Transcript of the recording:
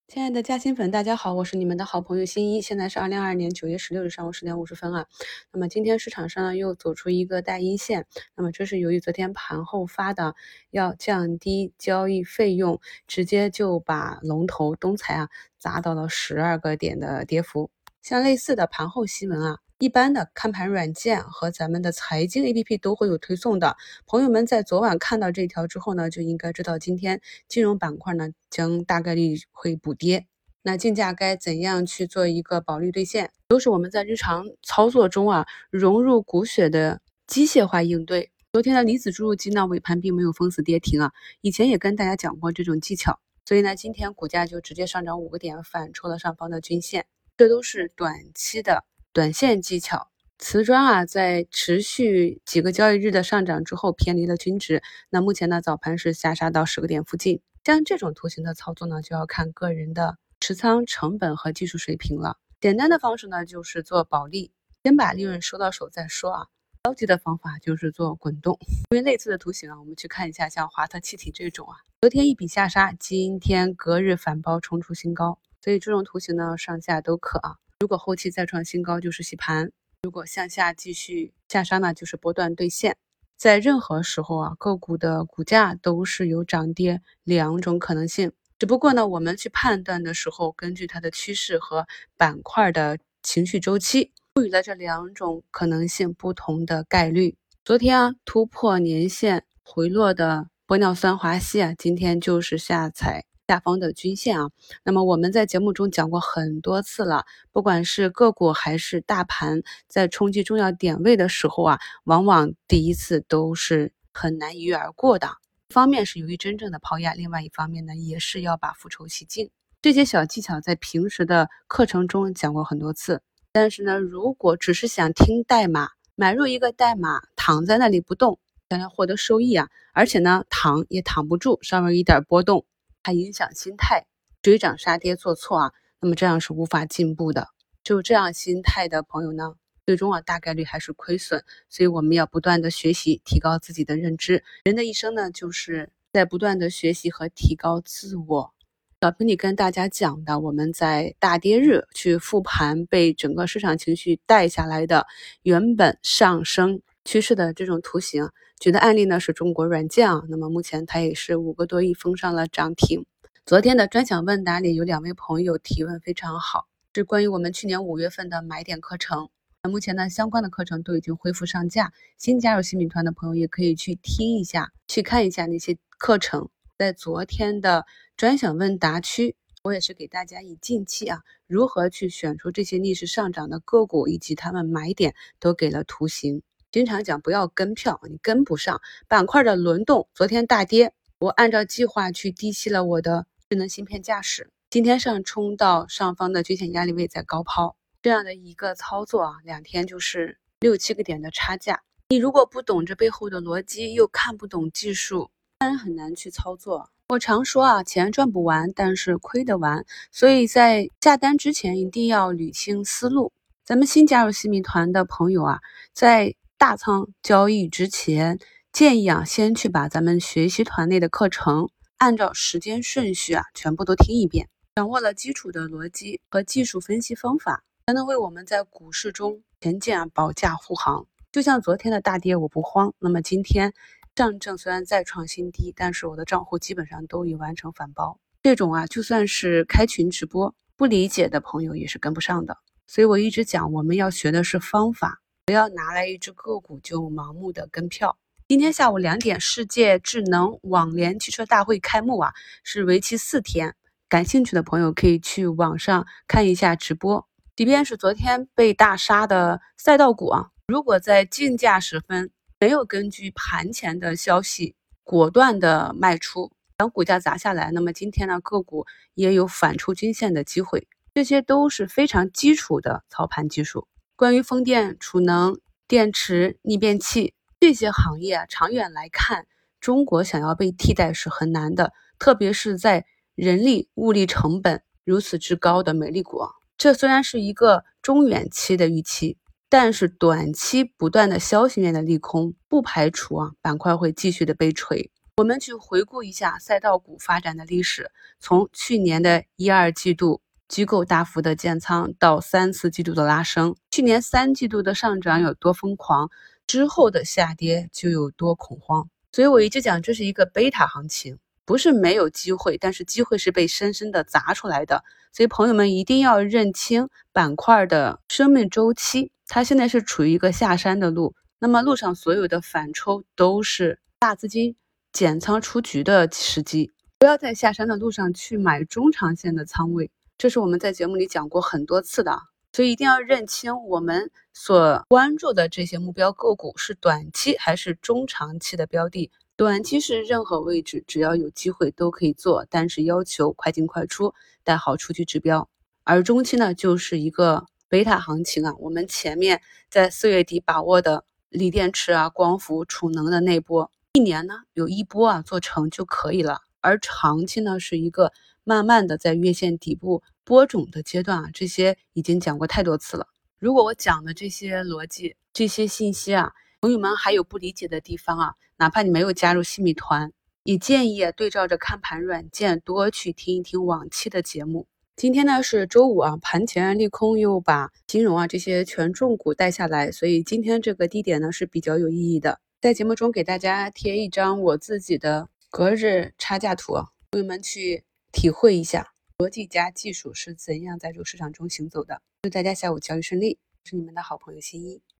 亲爱的嘉兴粉，大家好，我是你们的好朋友新一。现在是2022年9月16日上午10点50分啊。那么今天市场上呢又走出一个大阴线，那么这是由于昨天盘后发的要降低交易费用，直接就把龙头东财啊砸到了12个点的跌幅。像类似的盘后新闻啊，一般的看盘软件和咱们的财经 APP 都会有推送的。朋友们在昨晚看到这条之后呢，就应该知道今天金融板块呢将大概率会补跌。那竞价该怎样去做一个保利兑现，都是我们在日常操作中啊融入骨血的机械化应对。昨天的离子注入机呢，尾盘并没有封死跌停啊，以前也跟大家讲过这种技巧，所以呢，今天股价就直接上涨5个点，反抽了上方的均线。这都是短期的短线技巧。瓷砖啊，在持续几个交易日的上涨之后偏离了均值，那目前呢早盘是下杀到10个点附近。像这种图形的操作呢，就要看个人的持仓成本和技术水平了。简单的方式呢，就是做保利，先把利润收到手再说啊。高级的方法就是做滚动。因为类似的图形啊，我们去看一下像华特气体这种啊，昨天一笔下杀，今天隔日反包冲出新高。所以这种图形呢，上下都可啊。如果后期再创新高，就是洗盘；如果向下继续下杀呢，就是波段兑现。在任何时候啊，个股的股价都是有涨跌两种可能性。只不过呢，我们去判断的时候，根据它的趋势和板块的情绪周期，赋予了这两种可能性不同的概率。昨天啊，突破年线回落的玻尿酸华西啊，今天就是下踩下方的均线啊。那么我们在节目中讲过很多次了，不管是个股还是大盘，在冲击重要点位的时候啊，往往第一次都是很难一跃而过的。一方面是由于真正的抛压，另外一方面呢，也是要把复仇洗净。这些小技巧在平时的课程中讲过很多次，但是呢，如果只是想听代码，买入一个代码躺在那里不动，想要获得收益啊，而且呢躺也躺不住，稍微一点波动还影响心态，追涨杀跌做错啊，那么这样是无法进步的。就这样心态的朋友呢，最终啊大概率还是亏损。所以我们要不断的学习，提高自己的认知。人的一生呢，就是在不断的学习和提高自我。小平里跟大家讲的，我们在大跌日去复盘被整个市场情绪带下来的原本上升趋势的这种图形，举的案例呢是中国软件啊，那么目前它也是5个多亿封上了涨停。昨天的专享问答里有2位朋友提问非常好，是关于我们去年5月份的买点课程。目前呢，相关的课程都已经恢复上架，新加入新米团的朋友也可以去听一下，去看一下那些课程。在昨天的专享问答区，我也是给大家以近期啊如何去选出这些逆势上涨的个股以及他们买点都给了图形。经常讲不要跟票，你跟不上板块的轮动。昨天大跌，我按照计划去低吸了我的智能芯片驾驶，今天上冲到上方的均线压力位在高抛，这样的一个操作啊，2天就是6、7个点的差价。你如果不懂这背后的逻辑，又看不懂技术，当然很难去操作。我常说啊，钱赚不完，但是亏得完。所以在下单之前一定要捋清思路。咱们新加入新米团的朋友啊，在大仓交易之前，建议啊先去把咱们学习团内的课程按照时间顺序啊全部都听一遍，掌握了基础的逻辑和技术分析方法，才能为我们在股市中前进啊保驾护航。就像昨天的大跌我不慌，那么今天上证虽然再创新低，但是我的账户基本上都已完成反包。这种啊就算是开群直播，不理解的朋友也是跟不上的。所以我一直讲，我们要学的是方法，不要拿来一只个股就盲目的跟票。今天下午2点，世界智能网联汽车大会开幕啊，是为期4天。感兴趣的朋友可以去网上看一下直播。即便是昨天被大杀的赛道股啊，如果在竞价时分没有根据盘前的消息果断的卖出，等股价砸下来，那么今天呢个股也有反出均线的机会。这些都是非常基础的操盘技术。关于风电、储能、电池、逆变器这些行业啊，长远来看，中国想要被替代是很难的，特别是在人力物力成本如此之高的美丽股。这虽然是一个中远期的预期，但是短期不断的消息面的利空，不排除啊板块会继续的被锤。 我们去回顾一下赛道股发展的历史，从去年的1、2季度机构大幅的建仓到3、4季度的拉升，去年3季度的上涨有多疯狂，之后的下跌就有多恐慌。所以我一直讲这是一个贝塔行情，不是没有机会，但是机会是被深深的砸出来的。所以朋友们一定要认清板块的生命周期，它现在是处于一个下山的路，那么路上所有的反抽都是大资金减仓出局的时机，不要在下山的路上去买中长线的仓位，这是我们在节目里讲过很多次的。所以一定要认清我们所关注的这些目标个股是短期还是中长期的标的。短期是任何位置只要有机会都可以做，但是要求快进快出，带好出局指标。而中期呢，就是一个贝塔行情啊，我们前面在4月底把握的锂电池啊、光伏、储能的那波，一年呢有一波啊做成就可以了。而长期呢是一个慢慢的在月线底部播种的阶段啊，这些已经讲过太多次了。如果我讲的这些逻辑、这些信息啊，朋友们还有不理解的地方啊，哪怕你没有加入新米团，也建议对照着看盘软件多去听一听往期的节目。今天呢是周五啊，盘前利空又把金融啊这些权重股带下来，所以今天这个低点呢是比较有意义的。在节目中给大家贴一张我自己的隔日差价图，朋友们去体会一下逻辑加技术是怎样在这个市场中行走的。祝大家下午交易顺利，我是你们的好朋友新一。